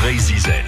Brésil.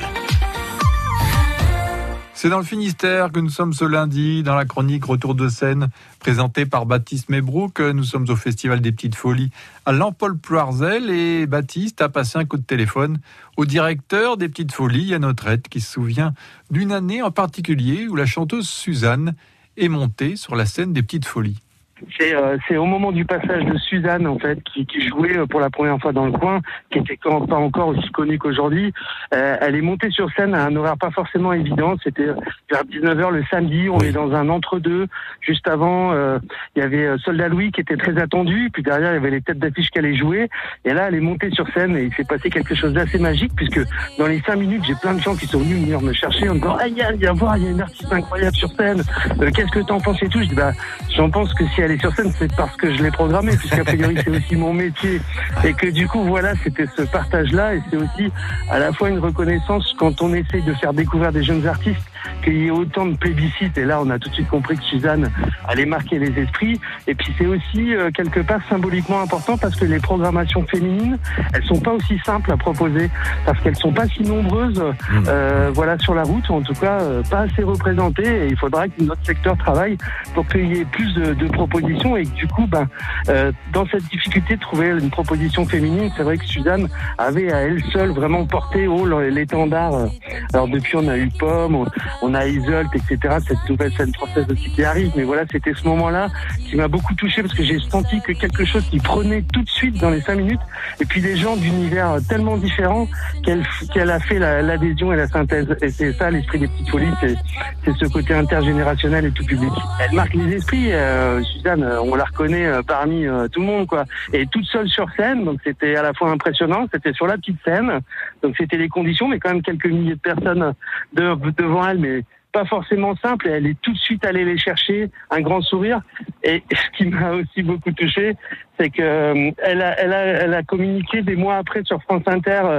C'est dans le Finistère que nous sommes ce lundi, dans la chronique Retour de scène, présentée par Baptiste Mebrouk. Nous sommes au Festival des Petites Folies à Lampol-Ploarzel et Baptiste a passé un coup de téléphone au directeur des Petites Folies, Yann Autrette, qui se souvient d'une année en particulier où la chanteuse Suzanne est montée sur la scène des Petites Folies. C'est au moment du passage de Suzanne, en fait, qui jouait pour la première fois dans le coin, qui était pas encore aussi connue qu'aujourd'hui. Elle est montée sur scène à un horaire pas forcément évident. C'était vers 19h le samedi. On est dans un entre-deux. Juste avant, il y avait Soldat Louis qui était très attendu. Puis derrière, il y avait les têtes d'affiche qui allaient jouer. Et là, elle est montée sur scène et il s'est passé quelque chose d'assez magique puisque dans les 5 minutes, j'ai plein de gens qui sont venus venir me chercher en me disant « Ah Yann, viens voir, il y a une artiste incroyable sur scène. Qu'est-ce que t'en penses et tout ?» Je dis « j'en pense que si elle est sur scène, c'est parce que je l'ai programmé, puisqu'a priori c'est aussi mon métier, et que du coup voilà, c'était ce partage-là, et c'est aussi à la fois une reconnaissance quand on essaye de faire découvrir des jeunes artistes, qu'il y ait autant de plébiscites, et là on a tout de suite compris que Suzanne allait marquer les esprits, et puis c'est aussi quelque part symboliquement important parce que les programmations féminines, elles sont pas aussi simples à proposer, parce qu'elles sont pas si nombreuses, voilà, sur la route, ou en tout cas pas assez représentées, et il faudra que notre secteur travaille pour qu'il y ait plus de propositions, et que du coup, dans cette difficulté de trouver une proposition féminine, c'est vrai que Suzanne avait à elle seule vraiment porté haut l'étendard. Alors depuis, on a eu Pomme, on a Isolt, etc., cette nouvelle scène française aussi qui arrive, mais voilà, c'était ce moment-là qui m'a beaucoup touché, parce que j'ai senti que quelque chose qui prenait tout de suite dans les 5 minutes, et puis des gens d'univers tellement différents qu'elle a fait l'adhésion et la synthèse, et c'est ça l'esprit des Petites Folies, c'est ce côté intergénérationnel et tout public. Elle marque les esprits, Suzanne, on la reconnaît parmi tout le monde, quoi. Et toute seule sur scène, donc c'était à la fois impressionnant, c'était sur la petite scène, donc c'était les conditions, mais quand même quelques milliers de personnes devant elle, mais pas forcément simple, et elle est tout de suite allée les chercher, un grand sourire. Et ce qui m'a aussi beaucoup touché, c'est que elle a communiqué des mois après sur France Inter,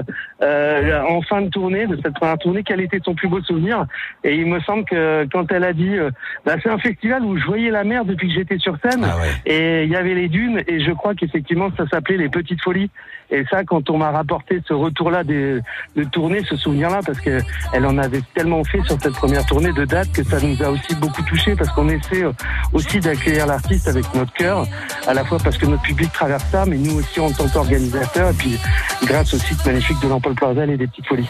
en fin de tournée, de cette première tournée, quel était son plus beau souvenir. Et il me semble que quand elle a dit, c'est un festival où je voyais la mer depuis que j'étais sur scène, et il y avait les dunes, et je crois qu'effectivement ça s'appelait les Petites Folies. Et ça, quand on m'a rapporté ce retour-là de tournée, ce souvenir-là, parce que elle en avait tellement fait sur cette première tournée de date que ça nous a aussi beaucoup touché, parce qu'on essaie aussi d'accueillir l'artiste avec notre cœur, à la fois parce que notre public traverse ça, mais nous aussi en tant qu'organisateurs, et puis grâce au site magnifique de Lampol-Ploarzel et des Petites Folies.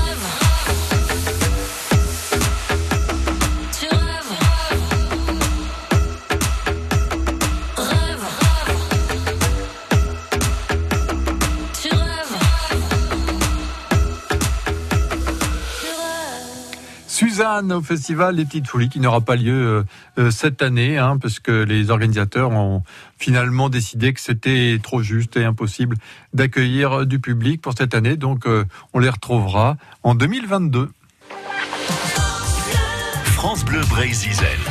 Suzanne au Festival des Petites Folies qui n'aura pas lieu cette année, parce que les organisateurs ont finalement décidé que c'était trop juste et impossible d'accueillir du public pour cette année. Donc on les retrouvera en 2022. France Bleu Brésil.